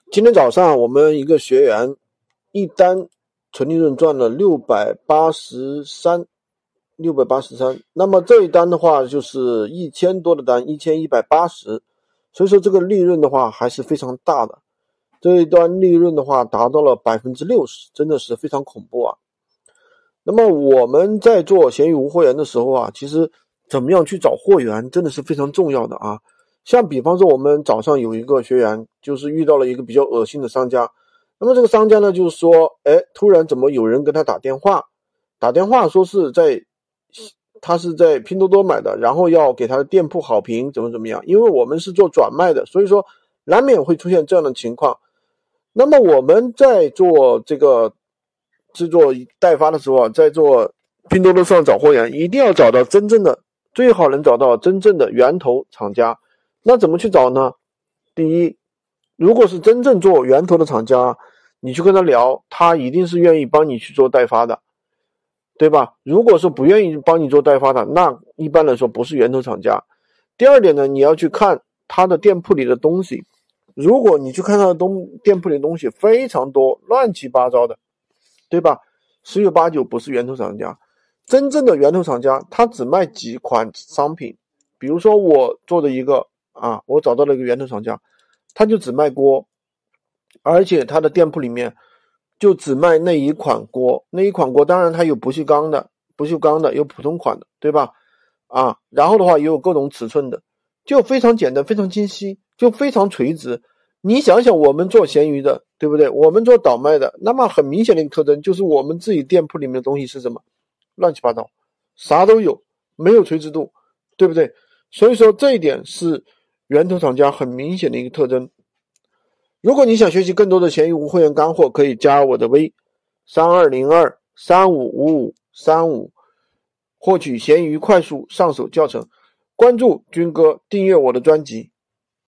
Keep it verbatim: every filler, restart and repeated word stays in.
今天早上我们一个学员一单纯利润赚了六百八十三，六百八十三。那么这一单的话就是一千多的单，一千一百八十，所以说这个利润的话还是非常大的。这一单利润的话达到了百分之六十，真的是非常恐怖啊。那么我们在做闲鱼无货源的时候啊，其实怎么样去找货源真的是非常重要的啊。像比方说我们早上有一个学员就是遇到了一个比较恶心的商家，那么这个商家呢就是说，哎，突然怎么有人跟他打电话，打电话说是在他是在拼多多买的，然后要给他的店铺好评怎么怎么样，因为我们是做转卖的，所以说难免会出现这样的情况。那么我们在做这个制作代发的时候啊，在做拼多多上找货源，一定要找到真正的，最好能找到真正的源头厂家。那怎么去找呢？第一，如果是真正做源头的厂家，你去跟他聊，他一定是愿意帮你去做代发的，对吧？如果说不愿意帮你做代发的，那一般来说不是源头厂家。第二点呢，你要去看他的店铺里的东西，如果你去看他的东店铺里的东西非常多，乱七八糟的，对吧？十有八九不是源头厂家。真正的源头厂家他只卖几款商品，比如说我做的一个啊，我找到了一个源头厂家，他就只卖锅，而且他的店铺里面就只卖那一款锅，那一款锅当然它有不锈钢的，不锈钢的有普通款的，对吧？啊，然后的话也有各种尺寸的，就非常简单，非常清晰，就非常垂直。你想想我们做闲鱼的，对不对？我们做倒卖的，那么很明显的一个特征就是我们自己店铺里面的东西是什么？乱七八糟，啥都有，没有垂直度，对不对？所以说这一点是源头厂家很明显的一个特征。如果你想学习更多的闲鱼无货源干货，可以加我的微三二零二三五五五三五，获取闲鱼快速上手教程。关注军哥，订阅我的专辑。